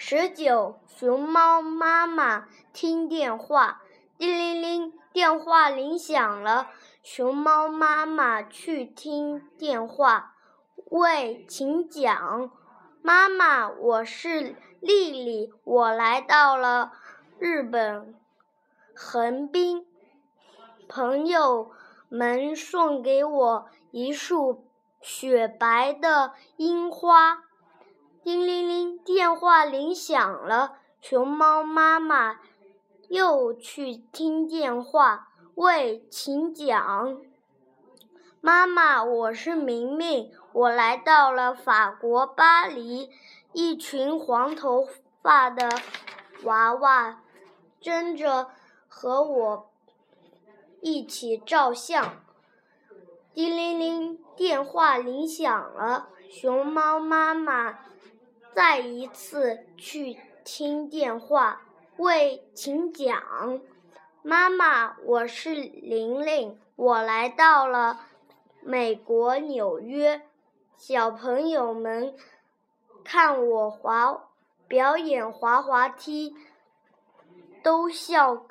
19. 熊猫妈妈听电话。叮铃铃，电话铃响了。熊猫妈妈去听电话。喂，请讲。妈妈，我是丽丽，我来到了日本横滨，朋友们送给我一束雪白的樱花。叮铃铃，电话铃响了。熊猫妈妈又去听电话。喂，请讲。妈妈，我是明明，我来到了法国巴黎，一群黄头发的娃娃争着和我一起照相。叮铃铃，电话铃响了。熊猫妈妈再一次去听电话。喂，请讲。妈妈，我是玲玲，我来到了美国纽约，小朋友们看我表演滑滑梯，都笑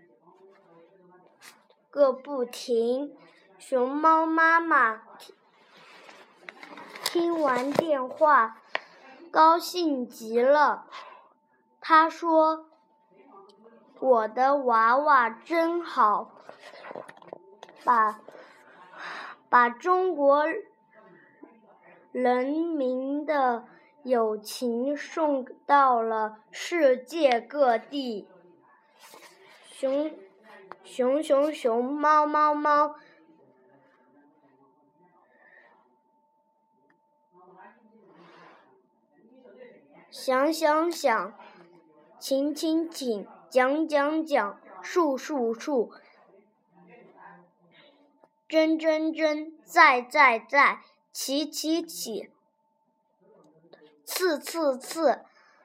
个不停。熊猫妈妈听完电话，高兴极了。她说：“我的娃娃真好，把中国人民的友情送到了世界各地。”熊猫猫猫，想，请，讲，树，真，在，起，刺，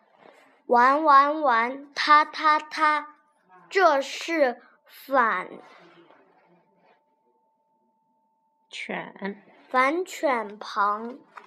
玩，他，这是反犬旁。